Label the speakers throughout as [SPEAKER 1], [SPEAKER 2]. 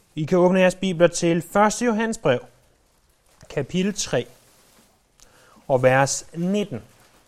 [SPEAKER 1] I kan åbne jeres bibler til 1. Johannes brev, kapitel 3 og vers 19.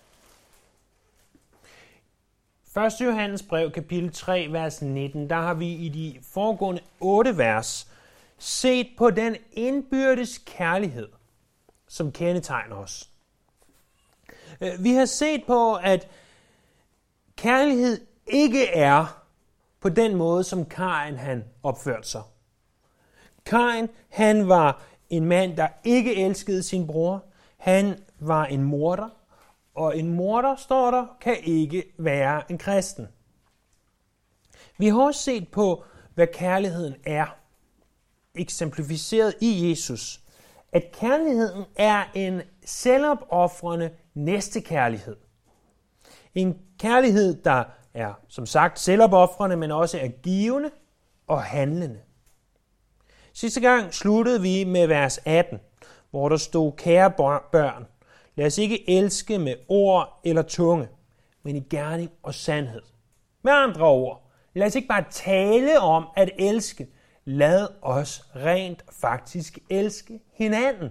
[SPEAKER 1] 1. Johannes brev, kapitel 3, vers 19, der har vi i de foregående 8 vers set på den indbyrdes kærlighed, som kendetegner os. Vi har set på, at kærlighed ikke er på den måde, som Kain han opførte sig. Kain, han var en mand, der ikke elskede sin bror. Han var en morder, og en morder, står der, kan ikke være en kristen. Vi har også set på, hvad kærligheden er, eksemplificeret i Jesus. At kærligheden er en selvopofrende næstekærlighed. En kærlighed, der er, som sagt, selvopofrende, men også er givende og handlende. Sidste gang sluttede vi med vers 18, hvor der stod: kære børn, lad os ikke elske med ord eller tunge, men i gerning og sandhed. Med andre ord, lad os ikke bare tale om at elske, lad os rent faktisk elske hinanden.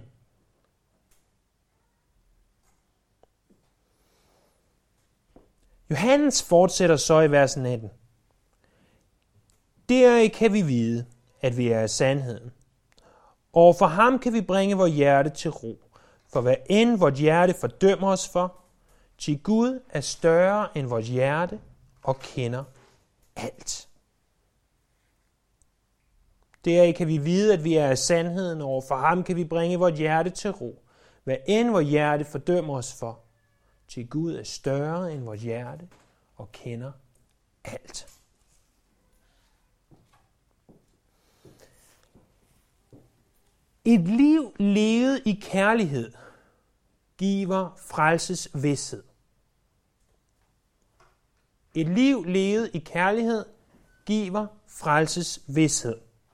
[SPEAKER 1] Johannes fortsætter så i vers 19. Deraf kan vi vide, at vi er af sandheden. Og for ham kan vi bringe vores hjerte til ro. For hvad end vort hjerte fordømmer os for, til Gud er større end vores hjerte og kender alt. Deraf kan vi vide, at vi er af sandheden, og for ham kan vi bringe vores hjerte til ro. Hvad end vores hjerte fordømmer os for, til Gud er større end vores hjerte og kender alt. Et liv levet i kærlighed giver frelsesvished. Et liv levet i kærlighed giver frelsesvished.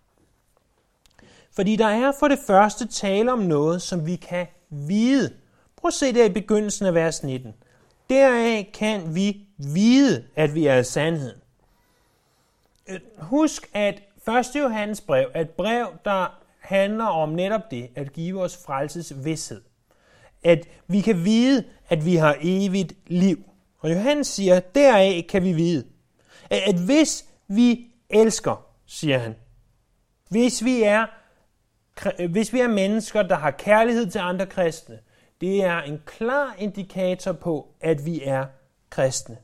[SPEAKER 1] Fordi der er for det første tale om noget, som vi kan vide. Prøv at se der i begyndelsen af vers 19. Deraf kan vi vide, at vi er af sandheden. Husk, at 1. Johannes brev er et brev, der handler om netop det, at give os frelsesvished. At vi kan vide, at vi har evigt liv. Og Johannes siger, deraf kan vi vide, at hvis vi elsker, siger han, hvis vi er mennesker, der har kærlighed til andre kristne, det er en klar indikator på, at vi er kristne.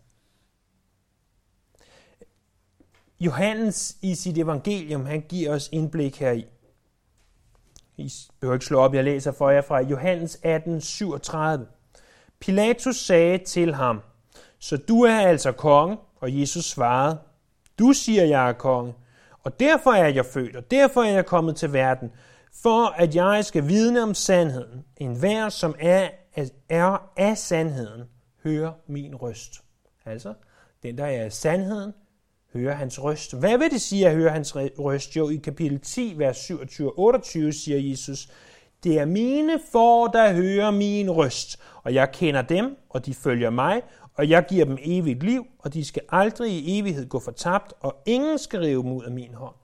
[SPEAKER 1] Johannes i sit evangelium, han giver os indblik heri. I behøver ikke slå op, jeg læser for jer fra Johannes 18:37. Pilatus sagde til ham, så du er altså konge, og Jesus svarede, du siger, jeg er konge, og derfor er jeg født, og derfor er jeg kommet til verden, for at jeg skal vidne om sandheden. Enhver, som er af sandheden, hører min røst. Altså, den, der er af sandheden, hører hans røst. Hvad vil det sige at høre hans røst? Jo, i kapitel 10, vers 27 og 28 siger Jesus, det er mine får, der hører min røst, og jeg kender dem, og de følger mig, og jeg giver dem evigt liv, og de skal aldrig i evighed gå fortabt, og ingen skal rive dem ud af min hånd.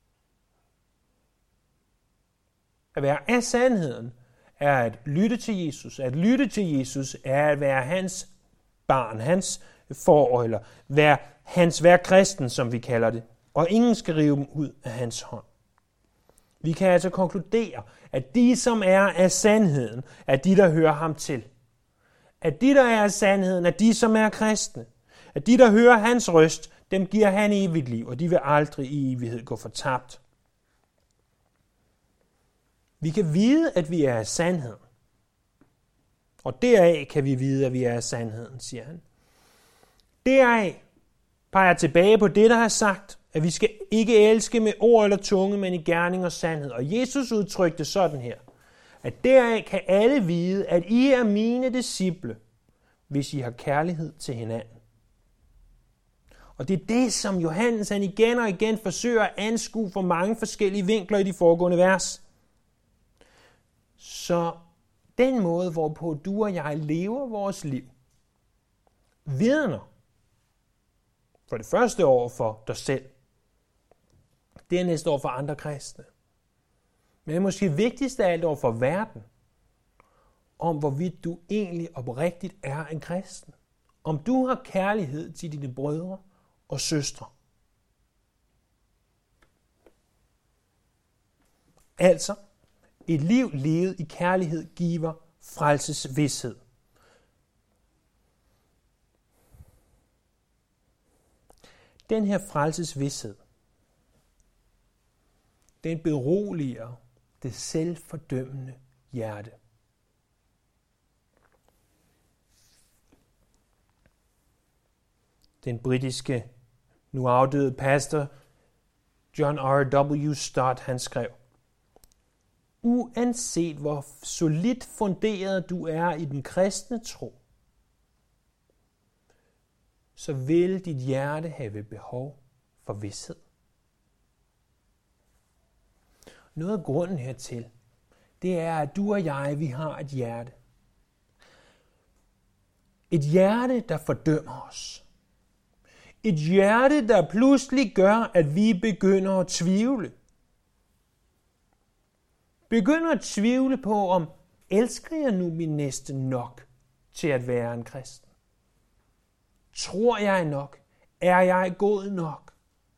[SPEAKER 1] At være af sandheden er at lytte til Jesus. At lytte til Jesus er at være hans barn, hans får, eller være kristen, som vi kalder det. Og ingen skal rive dem ud af hans hånd. Vi kan altså konkludere, at de, som er af sandheden, er de, der hører ham til. At de, der er af sandheden, er de, som er kristne. At de, der hører hans røst, dem giver han evigt liv, og de vil aldrig i evighed gå fortabt. Vi kan vide, at vi er af sandheden. Og deraf kan vi vide, at vi er af sandheden, siger han. Deraf peger tilbage på det, der har sagt, at vi skal ikke elske med ord eller tunge, men i gerning og sandhed. Og Jesus udtrykte sådan her, at deraf kan alle vide, at I er mine disciple, hvis I har kærlighed til hinanden. Og det er det, som Johannes han igen og igen forsøger at anskue fra mange forskellige vinkler i de foregående vers. Så den måde, hvorpå du og jeg lever vores liv, vidner for det første over for dig selv. Dernæst over for andre kristne. Men det er måske vigtigst af alt over for verden, om hvorvidt du egentlig oprigtigt er en kristen. Om du har kærlighed til dine brødre og søstre. Altså, et liv levet i kærlighed giver frelsesvished. Den her frelsesvished, den beroliger det selvfordømmende hjerte. Den britiske, nu afdøde pastor John R.W. Stott, han skrev: uanset hvor solidt funderet du er i den kristne tro, så vil dit hjerte have behov for vished. Noget af grunden hertil, det er, at du og jeg, vi har et hjerte. Et hjerte, der fordømmer os. Et hjerte, der pludselig gør, at vi begynder at tvivle. Begynder at tvivle på, om elsker jeg nu min næste nok til at være en kristen? Tror jeg nok? Er jeg god nok?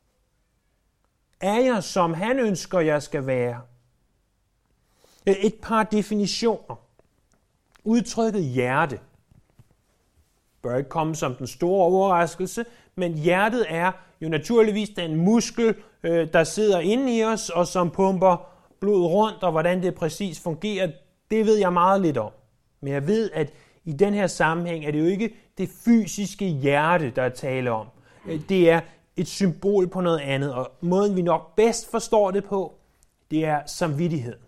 [SPEAKER 1] Er jeg, som han ønsker, jeg skal være? Et par definitioner. Udtrykket hjerte bør ikke komme som den store overraskelse, men hjertet er jo naturligvis den muskel, der sidder inde i os, og som pumper blod rundt, og hvordan det præcis fungerer, det ved jeg meget lidt om. Men jeg ved, at i den her sammenhæng er det jo ikke det fysiske hjerte, der er tale om. Det er et symbol på noget andet, og måden vi nok bedst forstår det på, det er samvittighed.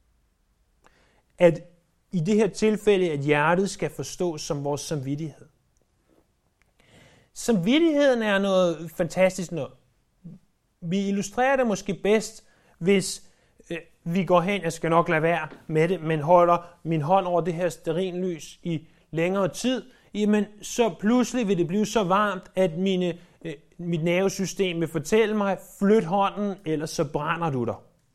[SPEAKER 1] At i det her tilfælde, at hjertet skal forstås som vores samvittighed. Samvittigheden er noget fantastisk noget. Vi illustrerer det måske bedst, hvis vi går hen, jeg skal nok lade være med det, men holder min hånd over det her stearinlys i længere tid, jamen så pludselig vil det blive så varmt, at mit nervesystem vil fortælle mig, flyt hånden, ellers så brænder du dig.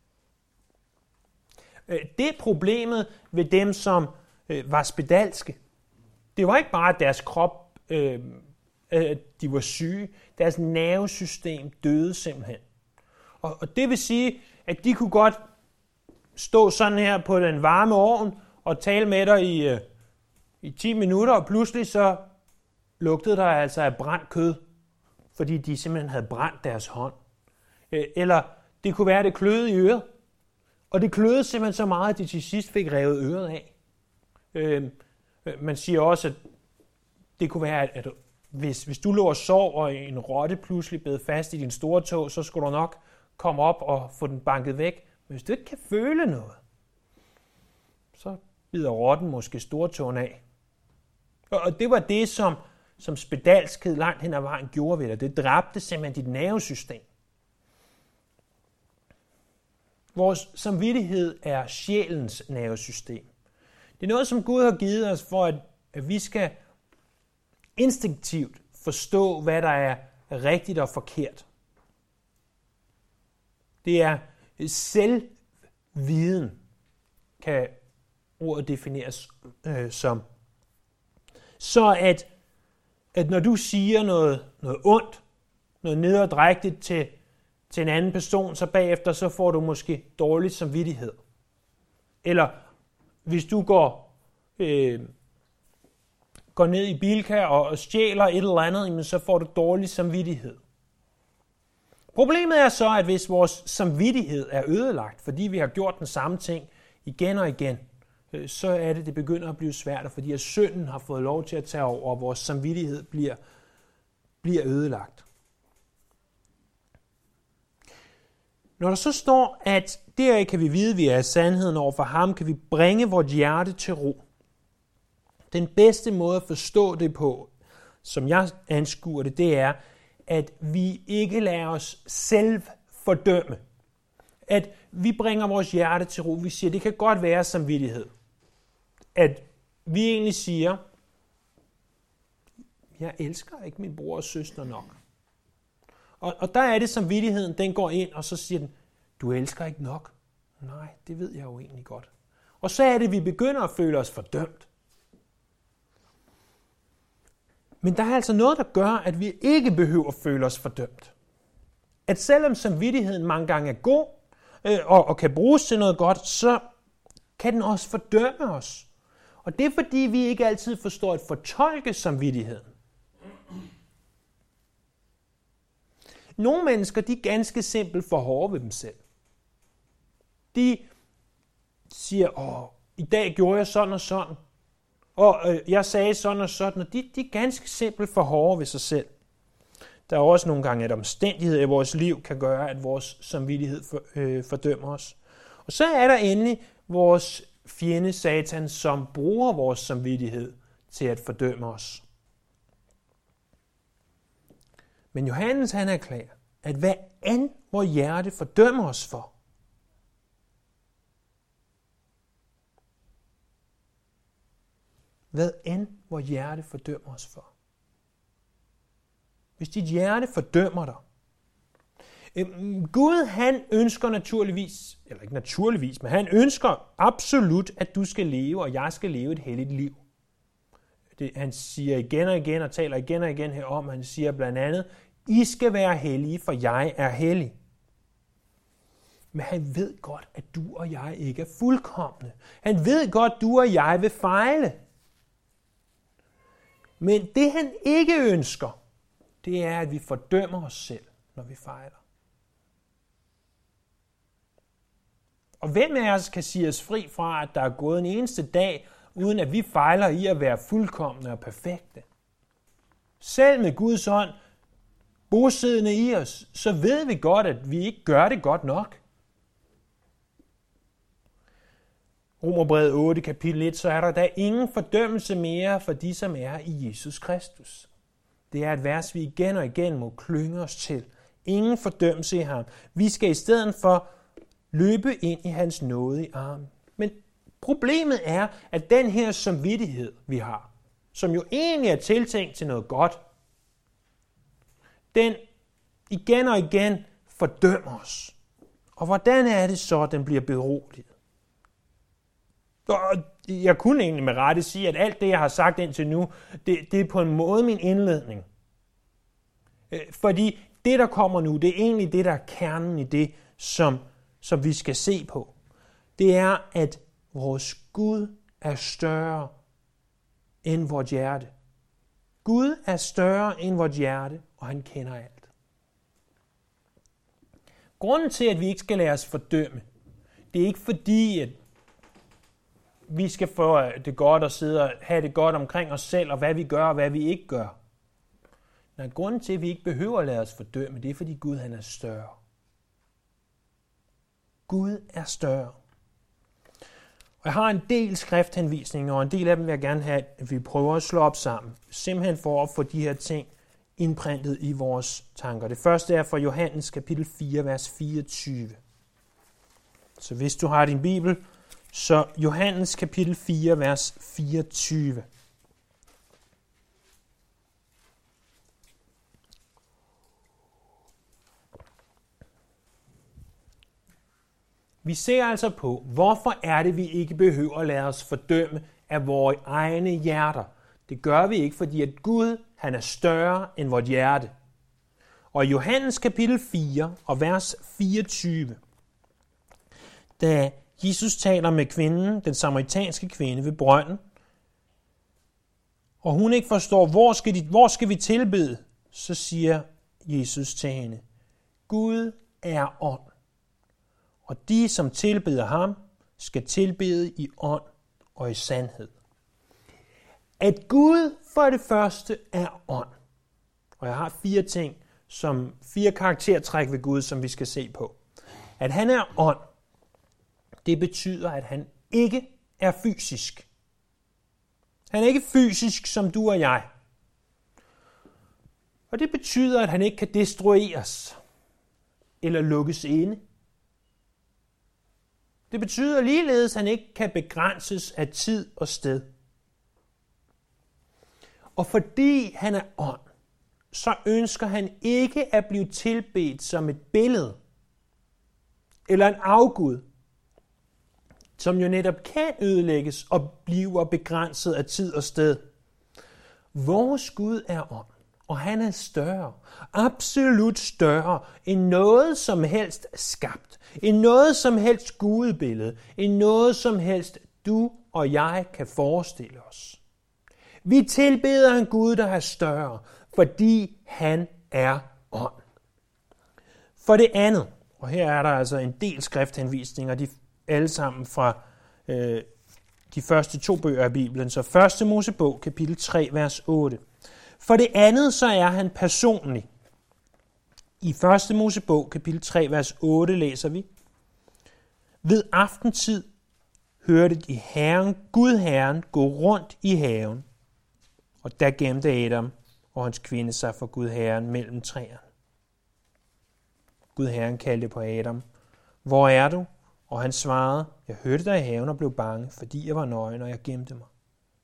[SPEAKER 1] Det er problemet ved dem, som var spedalske. Det var ikke bare, at deres krop, de var syge. Deres nervesystem døde simpelthen. Og det vil sige, at de kunne godt stå sådan her på den varme ovn og tale med dig i 10 minutter, og pludselig så lugtede der altså af brændt kød, fordi de simpelthen havde brændt deres hånd. Eller det kunne være, at det kløede i øret. Og det kløede simpelthen så meget, at de til sidst fik revet øret af. Man siger også, at det kunne være, at hvis du lå og sov, og en rotte pludselig blev fast i din store tå, så skulle du nok komme op og få den banket væk. Men hvis du ikke kan føle noget, så bider rotten måske stortåen af. Og det var det, som spedalskhed langt hen ad vejen gjorde ved dig. Det dræbte simpelthen dit nervesystem. Vores samvittighed er sjælens nervesystem. Det er noget, som Gud har givet os for, at vi skal instinktivt forstå, hvad der er rigtigt og forkert. Det er selvviden, kan ordet defineres som. Så at når du siger noget ondt, noget nederdrægtigt til en anden person, så bagefter så får du måske dårlig samvittighed. Eller hvis du går ned i Bilka og stjæler et eller andet, så får du dårlig samvittighed. Problemet er så, at hvis vores samvittighed er ødelagt, fordi vi har gjort den samme ting igen og igen, så er det begynder at blive svært, fordi at synden har fået lov til at tage over, og vores samvittighed bliver ødelagt. Når der så står, at deraf kan vi vide, at vi er sandheden over for ham, kan vi bringe vores hjerte til ro. Den bedste måde at forstå det på, som jeg anskuer det, det er, at vi ikke lader os selv fordømme. At vi bringer vores hjerte til ro. Vi siger, det kan godt være samvittighed. At vi egentlig siger, jeg elsker ikke min bror og søster nok. Og der er det samvittigheden, den går ind, og så siger den, du elsker ikke nok. Nej, det ved jeg jo egentlig godt. Og så er det, vi begynder at føle os fordømt. Men der er altså noget, der gør, at vi ikke behøver at føle os fordømt. At selvom samvittigheden mange gange er god, og kan bruges til noget godt, så kan den også fordømme os. Og det er fordi, vi ikke altid forstår at fortolke samvittigheden. Nogle mennesker, de er ganske simpelt for hårde ved dem selv. De siger, i dag gjorde jeg sådan og sådan, og jeg sagde sådan og sådan, og de er ganske simpelt for hårde ved sig selv. Der er også nogle gange, at omstændigheder i vores liv kan gøre, at vores samvittighed fordømmer os. Og så er der endelig vores fjende Satan, som bruger vores samvittighed til at fordømme os. Men Johannes han erklærer, at hvad end vores hjerte fordømmer os for, hvad end vores hjerte fordømmer os for. Hvis dit hjerte fordømmer dig. Gud han ønsker naturligvis, eller ikke naturligvis, men han ønsker absolut, at du skal leve, og jeg skal leve et helligt liv. Han siger igen og igen, og taler igen og igen herom, han siger blandt andet, I skal være hellige, for jeg er hellig. Men han ved godt, at du og jeg ikke er fuldkomne. Han ved godt, at du og jeg vil fejle. Men det han ikke ønsker, det er, at vi fordømmer os selv, når vi fejler. Og hvem af os kan sige os fri fra, at der er gået en eneste dag, uden at vi fejler i at være fuldkomne og perfekte? Selv med Guds ånd bosiddende i os, så ved vi godt, at vi ikke gør det godt nok. Romerbrevet 8, kapitel 1, så er der ingen fordømmelse mere for de, som er i Jesus Kristus. Det er et vers, vi igen og igen må klynge os til. Ingen fordømmelse i ham. Vi skal i stedet for løbe ind i hans nåde i armen. Men problemet er, at den her samvittighed, vi har, som jo egentlig er tiltænkt til noget godt, den igen og igen fordømmer os. Og hvordan er det så, at den bliver beroliget? Og jeg kunne egentlig med rette sige, at alt det, jeg har sagt indtil nu, det er på en måde min indledning. Fordi det, der kommer nu, det er egentlig det, der er kernen i det, som vi skal se på. Det er, at vores Gud er større end vores hjerte. Gud er større end vores hjerte, og han kender alt. Grunden til, at vi ikke skal lade os fordømme, det er ikke fordi, at vi skal få det godt og sidde og have det godt omkring os selv, og hvad vi gør og hvad vi ikke gør. Nej, grunden til, at vi ikke behøver at lade os fordømme, det er, fordi Gud han er større. Gud er større. Og jeg har en del skrifthenvisninger, og en del af dem vil jeg gerne have, at vi prøver at slå op sammen. Simpelthen for at få de her ting indprintet i vores tanker. Det første er fra Johannes kapitel 4, vers 24. Så hvis du har din bibel, så Johannes kapitel 4, vers 24. Vi ser altså på, hvorfor er det, vi ikke behøver at lade os fordømme af vores egne hjerter. Det gør vi ikke, fordi at Gud han er større end vores hjerte. Og i Johannes kapitel 4 og vers 24, da Jesus taler med kvinden, den samaritanske kvinde ved brønden, og hun ikke forstår, hvor skal vi tilbede, så siger Jesus til hende, Gud er ånd, og de, som tilbeder ham, skal tilbede i ånd og i sandhed. At Gud for det første er ånd. Og jeg har 4 karaktertræk ved Gud, som vi skal se på. At han er ånd, det betyder, at han ikke er fysisk. Han er ikke fysisk som du og jeg. Og det betyder, at han ikke kan destrueres eller lukkes inde. Det betyder ligeledes, at han ikke kan begrænses af tid og sted. Og fordi han er ånd, så ønsker han ikke at blive tilbedt som et billede eller en afgud, som jo netop kan ødelægges og bliver begrænset af tid og sted. Vores Gud er ånd, og han er større, absolut større end noget som helst skabt, end noget som helst gudebillede, end noget som helst du og jeg kan forestille os. Vi tilbeder en Gud, der er større, fordi han er ånd. For det andet, og her er der altså en del skrifthenvisninger, de alle sammen fra de første 2 bøger af Bibelen, så 1. Mosebog, kapitel 3, vers 8. For det andet, så er han personlig. I 1. Mosebog, kapitel 3, vers 8, læser vi: Ved aftentid hørte de Gud Herren gå rundt i haven, og der gemte Adam og hans kvinde sig for Gud Herren mellem træerne. Gud Herren kaldte på Adam: Hvor er du? Og han svarede: Jeg hørte dig i haven og blev bange, fordi jeg var nøgen, og jeg gemte mig.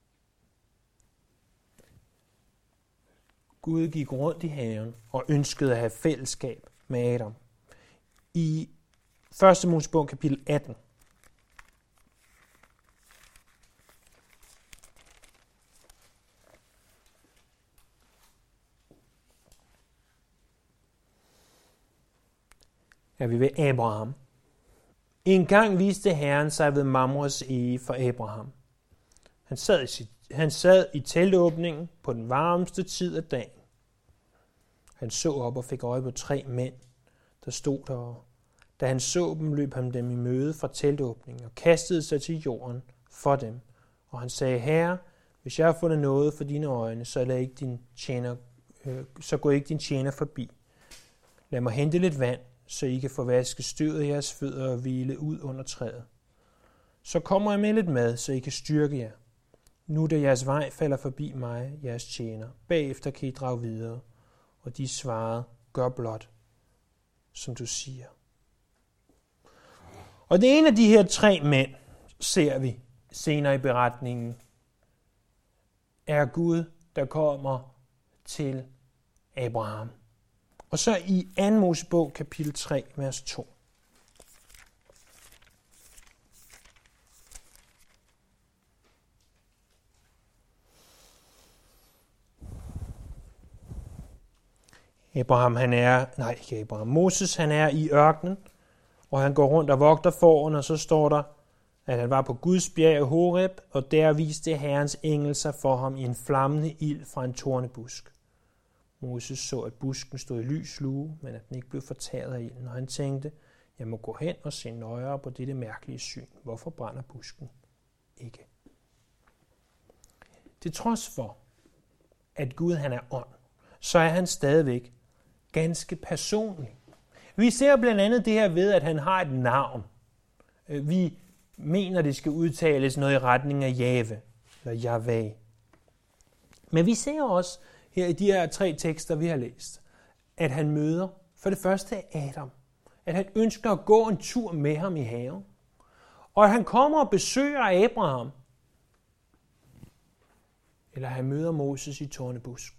[SPEAKER 1] Gud gik rundt i haven og ønskede at have fællesskab med Adam. I 1. Mosebog kapitel 18, er vi ved Abraham. En gang viste Herren sig ved Mamres ege for Abraham. Han sad i teltåbningen på den varmeste tid af dagen. Han så op og fik øje på 3 mænd, der stod derovre. Da han så dem, løb han dem i møde fra teltåbningen og kastede sig til jorden for dem. Og han sagde: Herre, hvis jeg har fundet noget for dine øjne, så gå ikke din tjener forbi. Lad mig hente lidt vand, så I kan få vasket støvet af jeres fødder og hvile ud under træet. Så kommer jeg med lidt mad, så I kan styrke jer. Nu da jeres vej falder forbi mig, jeres tjener, bagefter kan I drage videre. Og de svarede: Gør blot, som du siger. Og det ene af de her 3 mænd, ser vi senere i beretningen, er Gud, der kommer til Abraham. Og så i 2. Mosebog, kapitel 3, vers 2. Moses han er i ørkenen, og han går rundt og vogter fårene, og så står der, at han var på Guds bjerg Horeb, og der viste Herrens engel sig for ham i en flammende ild fra en tornebusk. Moses så, at busken stod i lys lue, men at den ikke blev fortæret af ilden, og han tænkte: Jeg må gå hen og se nøjere på dette mærkelige syn. Hvorfor brænder busken ikke? Til trods for, at Gud han er ånd, så er han stadigvæk ganske personlig. Vi ser blandt andet det her ved, at han har et navn. Vi mener, det skal udtales noget i retning af Jave, eller Yahweh. Men vi ser også her i de her 3 tekster, vi har læst, at han møder for det første Adam. At han ønsker at gå en tur med ham i haven. Og at han kommer og besøger Abraham. Eller han møder Moses i tornebusk.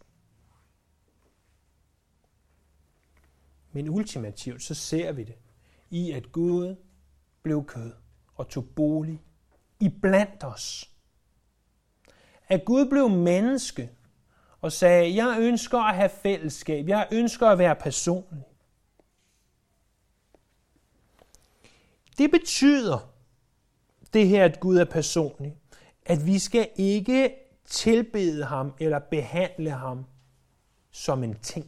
[SPEAKER 1] Men ultimativt så ser vi det i, at Gud blev kød og tog bolig iblandt os. At Gud blev menneske og sagde: Jeg ønsker at have fællesskab. Jeg ønsker at være personlig. Det betyder, det her, at Gud er personlig, at vi skal ikke tilbede ham eller behandle ham som en ting.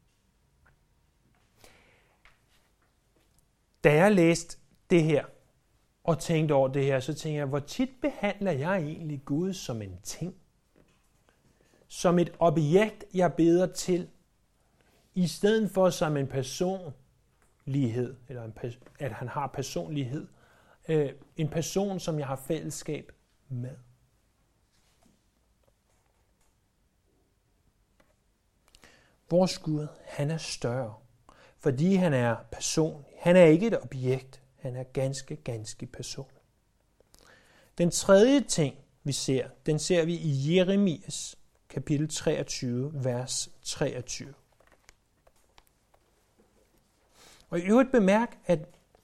[SPEAKER 1] Da jeg læste det her og tænkte over det her, så tænkte jeg: hvor tit behandler jeg egentlig Gud som en ting? Som et objekt, jeg beder til, i stedet for som en personlighed, eller at han har personlighed. En person, som jeg har fællesskab med. Vores Gud, han er større, fordi han er personlig. Han er ikke et objekt, han er ganske, ganske personlig. Den tredje ting, vi ser, den ser vi i Jeremias kapitel 23, vers 23. Og i øvrigt bemærk, at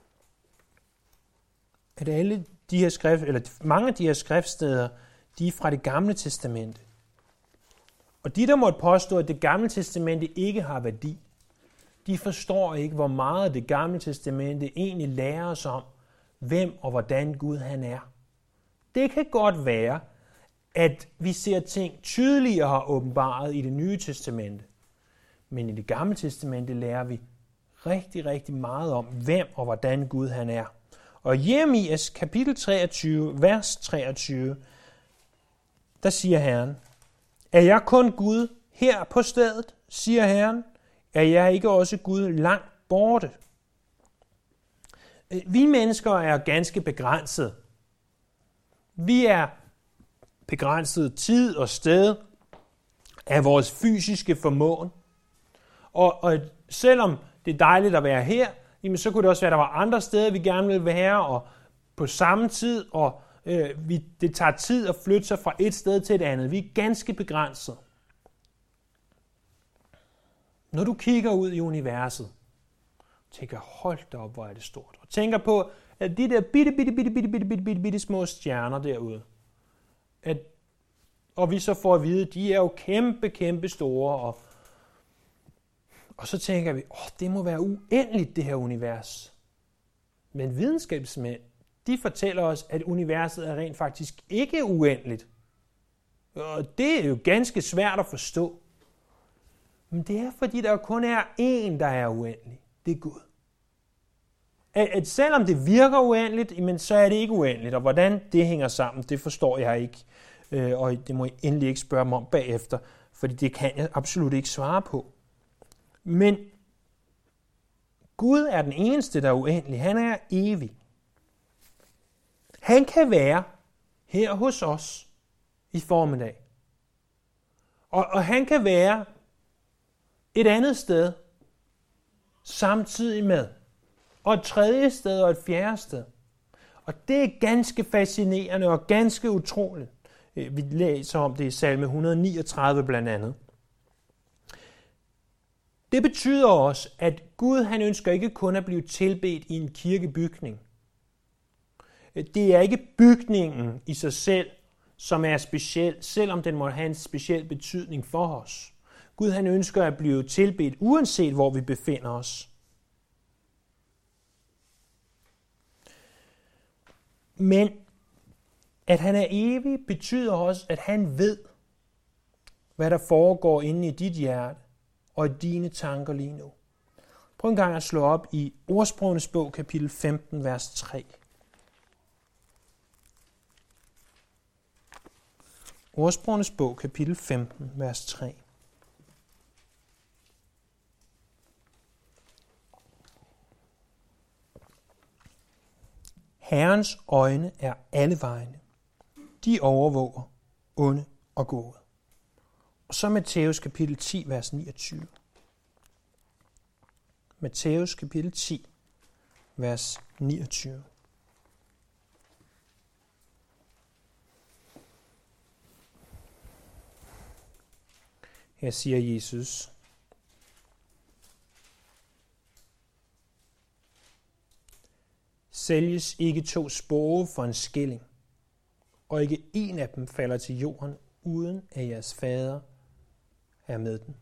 [SPEAKER 1] alle de her mange af de her skriftsteder, de er fra det gamle testamente. Og de, der måtte påstå, at det gamle testamente ikke har værdi, de forstår ikke, hvor meget det gamle testamente egentlig lærer os om, hvem og hvordan Gud han er. Det kan godt være, at vi ser ting tydeligere åbenbaret i det nye testamente. Men i det gamle testamente lærer vi rigtig, rigtig meget om, hvem og hvordan Gud han er. Og Jeremias kapitel 23, vers 23, der siger Herren, er jeg kun Gud her på stedet, siger Herren, er jeg ikke også Gud langt borte? Vi mennesker er ganske begrænsede. Vi er begrænset tid og sted af vores fysiske formåen. Og selvom det er dejligt at være her, jamen så kunne det også være, at der var andre steder, vi gerne ville være, og på samme tid, og det tager tid at flytte sig fra et sted til et andet. Vi er ganske begrænset. Når du kigger ud i universet, tænker, hold da op, hvor er det stort. Og tænker på, at de der bitte små stjerner derude, og vi så får at vide, de er jo kæmpe store, og så tænker vi, det må være uendeligt, det her univers. Men videnskabsmænd, de fortæller os, at universet er rent faktisk ikke uendeligt. Og det er jo ganske svært at forstå. Men det er, fordi der kun er én, der er uendelig. Det er Gud. At selvom det virker uendeligt, men så er det ikke uendeligt. Og hvordan det hænger sammen, det forstår jeg ikke. Og det må jeg endelig ikke spørge mig om bagefter, fordi det kan jeg absolut ikke svare på. Men Gud er den eneste, der er uendelig. Han er evig. Han kan være her hos os i formiddag. Og han kan være et andet sted samtidig med. Og et tredje sted og et fjerde sted. Og det er ganske fascinerende og ganske utroligt. Vi læser om det i salme 139 blandt andet. Det betyder også, at Gud han ønsker ikke kun at blive tilbedt i en kirkebygning. Det er ikke bygningen i sig selv, som er speciel, selvom den må have en speciel betydning for os. Gud han ønsker at blive tilbedt, uanset hvor vi befinder os. Men at han er evig, betyder også, at han ved, hvad der foregår inde i dit hjerte og i dine tanker lige nu. Prøv en gang at slå op i Ordsprogenes bog, kapitel 15, vers 3. Ordsprogenes bog, kapitel 15, vers 3. Herrens øjne er alle vegne. De overvåger onde og gode. Og så Matthæus kapitel 10, vers 29. Matthæus kapitel 10, vers 29. Her siger Jesus, sælges ikke 2 spåge for en skilling, og ikke en af dem falder til jorden, uden at jeres fader er med den.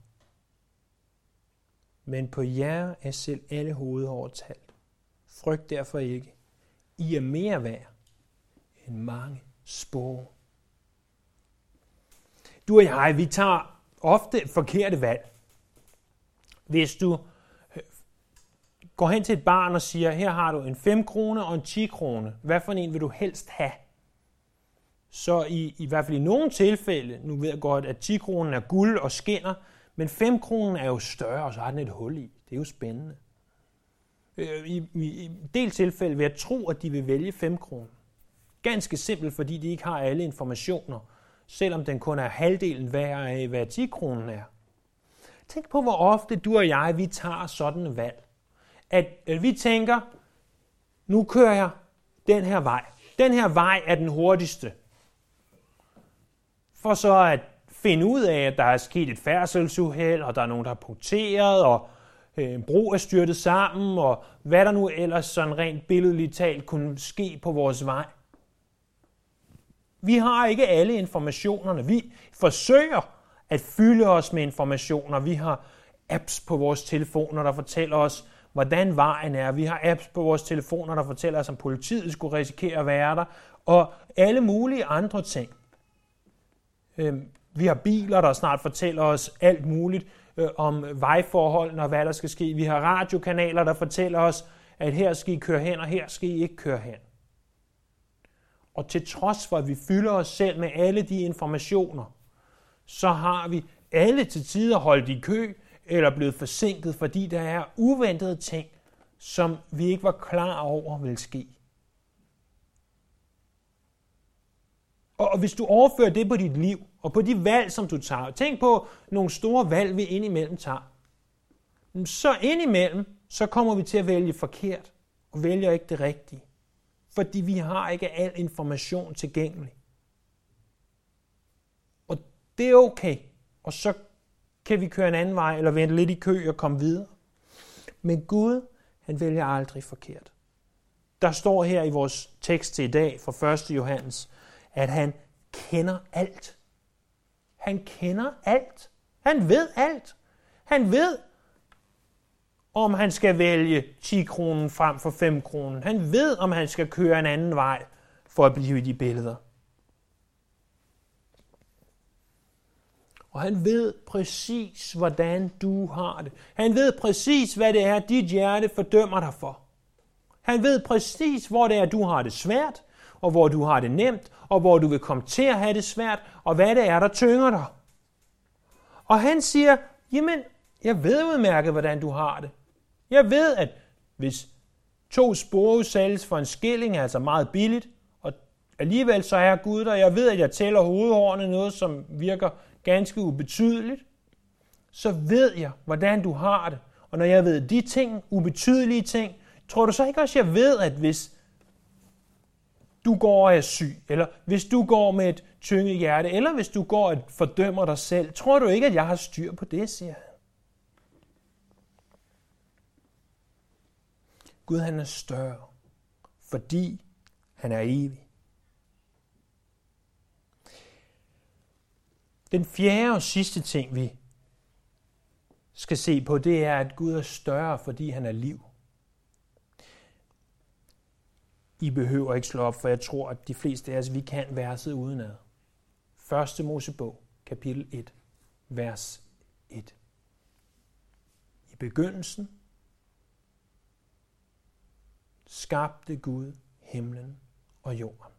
[SPEAKER 1] Men på jer er selv alle hoveder overtalt. Frygt derfor ikke. I er mere værd end mange spåge. Du og jeg, vi tager ofte forkerte valg. Hvis du går hen til et barn og siger, her har du en 5 kroner og en 10 kroner. Hvad for en vil du helst have? Så i hvert fald i nogle tilfælde, nu ved jeg godt, at 10 kroner er guld og skinner, men 5 kroner er jo større, og så har den et hul i. Det er jo spændende. I en del tilfælde vil jeg tro, at de vil vælge 5 kroner. Ganske simpelt, fordi de ikke har alle informationer, selvom den kun er halvdelen værd af, hvad 10 kronen er. Tænk på, hvor ofte du og jeg, vi tager sådan et valg. At vi tænker, nu kører jeg den her vej. Den her vej er den hurtigste. For så at finde ud af, at der er sket et færdselsuheld, og der er nogen, der har punkteret, og en bro er styrtet sammen, og hvad der nu ellers sådan rent billedligt talt kunne ske på vores vej. Vi har ikke alle informationerne. Vi forsøger at fylde os med informationer. Vi har apps på vores telefoner, der fortæller os, hvordan vejen er. Vi har apps på vores telefoner, der fortæller os, om politiet skulle risikere at være der, og alle mulige andre ting. Vi har biler, der snart fortæller os alt muligt om vejforholdene og hvad der skal ske. Vi har radiokanaler, der fortæller os, at her skal I køre hen, og her skal I ikke køre hen. Og til trods for, at vi fylder os selv med alle de informationer, så har vi alle til tider holdt i kø eller blevet forsinket, fordi der er uventede ting, som vi ikke var klar over vil ske. Og hvis du overfører det på dit liv, og på de valg, som du tager, tænk på nogle store valg, vi indimellem tager, så indimellem, så kommer vi til at vælge forkert, og vælger ikke det rigtige. Fordi vi har ikke al information tilgængelig. Og det er okay, og så kan vi køre en anden vej, eller vente lidt i kø og komme videre. Men Gud, han vælger aldrig forkert. Der står her i vores tekst til i dag fra 1. Johannes, at han kender alt. Han kender alt. Han ved alt. Han ved, om han skal vælge 10 kroner frem for 5 kroner. Han ved, om han skal køre en anden vej for at blive i de billeder. Og han ved præcis, hvordan du har det. Han ved præcis, hvad det er, dit hjerte fordømmer dig for. Han ved præcis, hvor det er, du har det svært, og hvor du har det nemt, og hvor du vil komme til at have det svært, og hvad det er, der tynger dig. Og han siger, jamen, jeg ved udmærket, hvordan du har det. Jeg ved, at hvis 2 sporehus sælges for en skilling, altså meget billigt, og alligevel så er Gud der, jeg ved, at jeg tæller hovedhårene, noget som virker ganske ubetydeligt, så ved jeg, hvordan du har det. Og når jeg ved de ting, ubetydelige ting, tror du så ikke også, jeg ved, at hvis du går og er syg, eller hvis du går med et tynget hjerte, eller hvis du går og fordømmer dig selv, tror du ikke, at jeg har styr på det, siger han. Gud, han er større, fordi han er evig. Den fjerde og sidste ting, vi skal se på, det er, at Gud er større, fordi han er liv. I behøver ikke slå op, for jeg tror, at de fleste af os, vi kan verset udenad. 1. Mosebog, kapitel 1, vers 1. I begyndelsen skabte Gud himlen og jorden.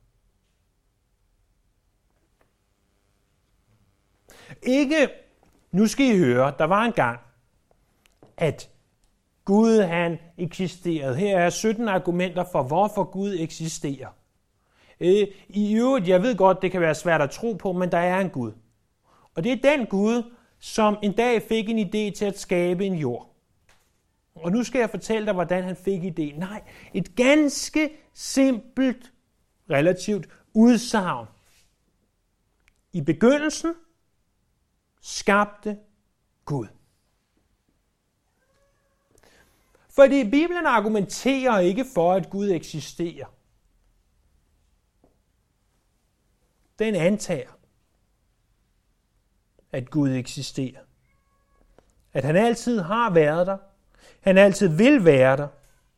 [SPEAKER 1] Ikke, nu skal I høre, der var en gang, at Gud han eksisterede. Her er 17 argumenter for, hvorfor Gud eksisterer. I øvrigt, jeg ved godt, det kan være svært at tro på, men der er en Gud. Og det er den Gud, som en dag fik en idé til at skabe en jord. Og nu skal jeg fortælle dig, hvordan han fik idéen. Nej, et ganske simpelt, relativt udsagn. I begyndelsen skabte Gud. Fordi Bibelen argumenterer ikke for, at Gud eksisterer. Den antager, at Gud eksisterer. At han altid har været der. Han altid vil være der.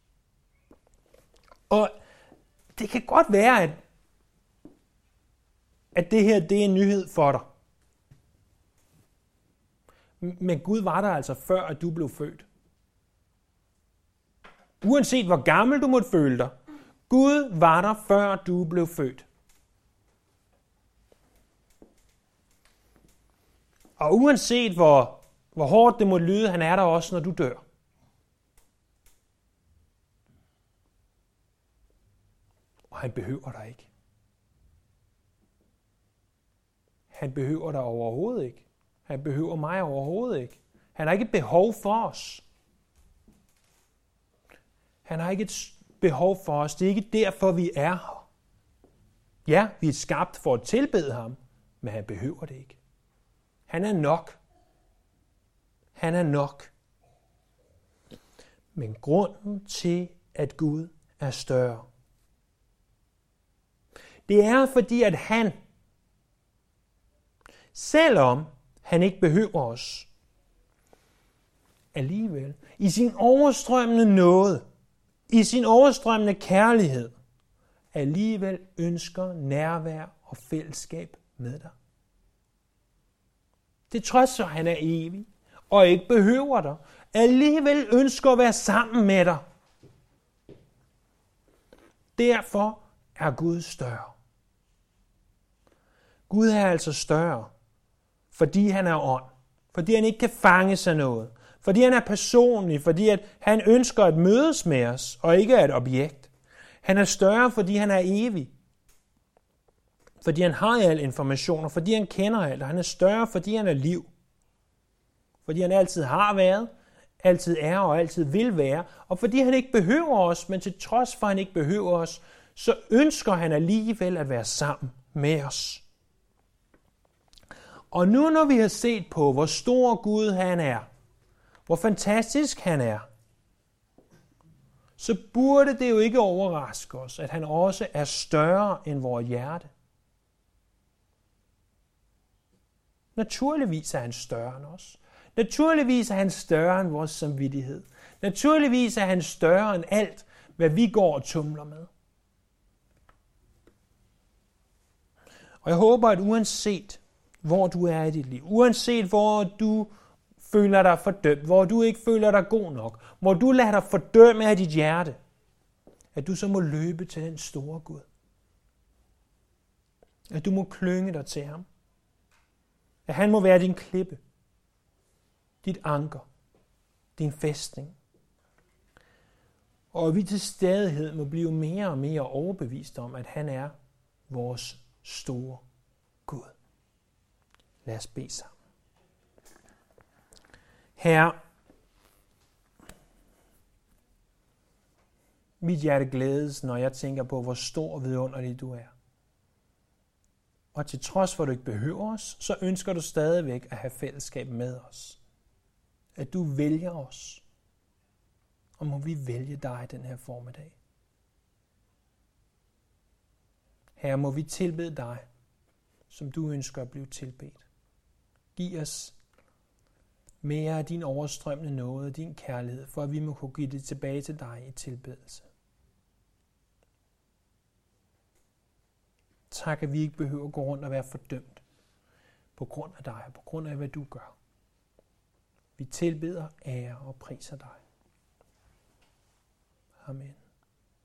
[SPEAKER 1] Og det kan godt være, at det her det er en nyhed for dig. Men Gud var der altså før, at du blev født. Uanset hvor gammel du måtte føle dig, Gud var der før du blev født. Og uanset hvor hårdt det må lyde, han er der også, når du dør. Og han behøver dig ikke. Han behøver dig overhovedet ikke. Han behøver mig overhovedet ikke. Han har ikke et behov for os. Han har ikke et behov for os. Det er ikke derfor, vi er her. Ja, vi er skabt for at tilbede ham, men han behøver det ikke. Han er nok. Han er nok. Men grunden til, at Gud er større, det er fordi, at han, selvom han ikke behøver os, alligevel, i sin overstrømmende nåde, i sin overstrømmende kærlighed, alligevel ønsker nærvær og fællesskab med dig. Det trods at han er evig og ikke behøver dig, alligevel ønsker at være sammen med dig. Derfor er Gud større. Gud er altså større, fordi han er ånd, fordi han ikke kan fange sig noget, fordi han er personlig, fordi at han ønsker at mødes med os og ikke er et objekt. Han er større, fordi han er evig, fordi han har al information, og fordi han kender alt, og han er større, fordi han er liv, fordi han altid har været, altid er og altid vil være, og fordi han ikke behøver os, men til trods for, at han ikke behøver os, så ønsker han alligevel at være sammen med os. Og nu når vi har set på, hvor stor Gud han er, hvor fantastisk han er, så burde det jo ikke overraske os, at han også er større end vores hjerte. Naturligvis er han større end os. Naturligvis er han større end vores samvittighed. Naturligvis er han større end alt, hvad vi går og tumler med. Og jeg håber, at uanset hvor du er i dit liv, uanset hvor du føler dig fordømt, hvor du ikke føler dig god nok, hvor du lader dig fordømme af dit hjerte, at du så må løbe til den store Gud. At du må klynge dig til ham. At han må være din klippe, dit anker, din fæstning. Og vi til stadighed må blive mere og mere overbevist om, at han er vores store Gud. Lad os bede sammen. Herre, mit hjerte glædes, når jeg tænker på, hvor stor og vidunderlig du er. Og til trods for, at du ikke behøver os, så ønsker du stadigvæk at have fællesskab med os. At du vælger os. Og må vi vælge dig den her formiddag. Herre, må vi tilbede dig, som du ønsker at blive tilbedt. Giv os mere af din overstrømmende nåde og din kærlighed, for at vi må kunne give det tilbage til dig i tilbedelse. Tak, at vi ikke behøver at gå rundt og være fordømt på grund af dig og på grund af, hvad du gør. Vi tilbeder, ære og priser dig. Amen.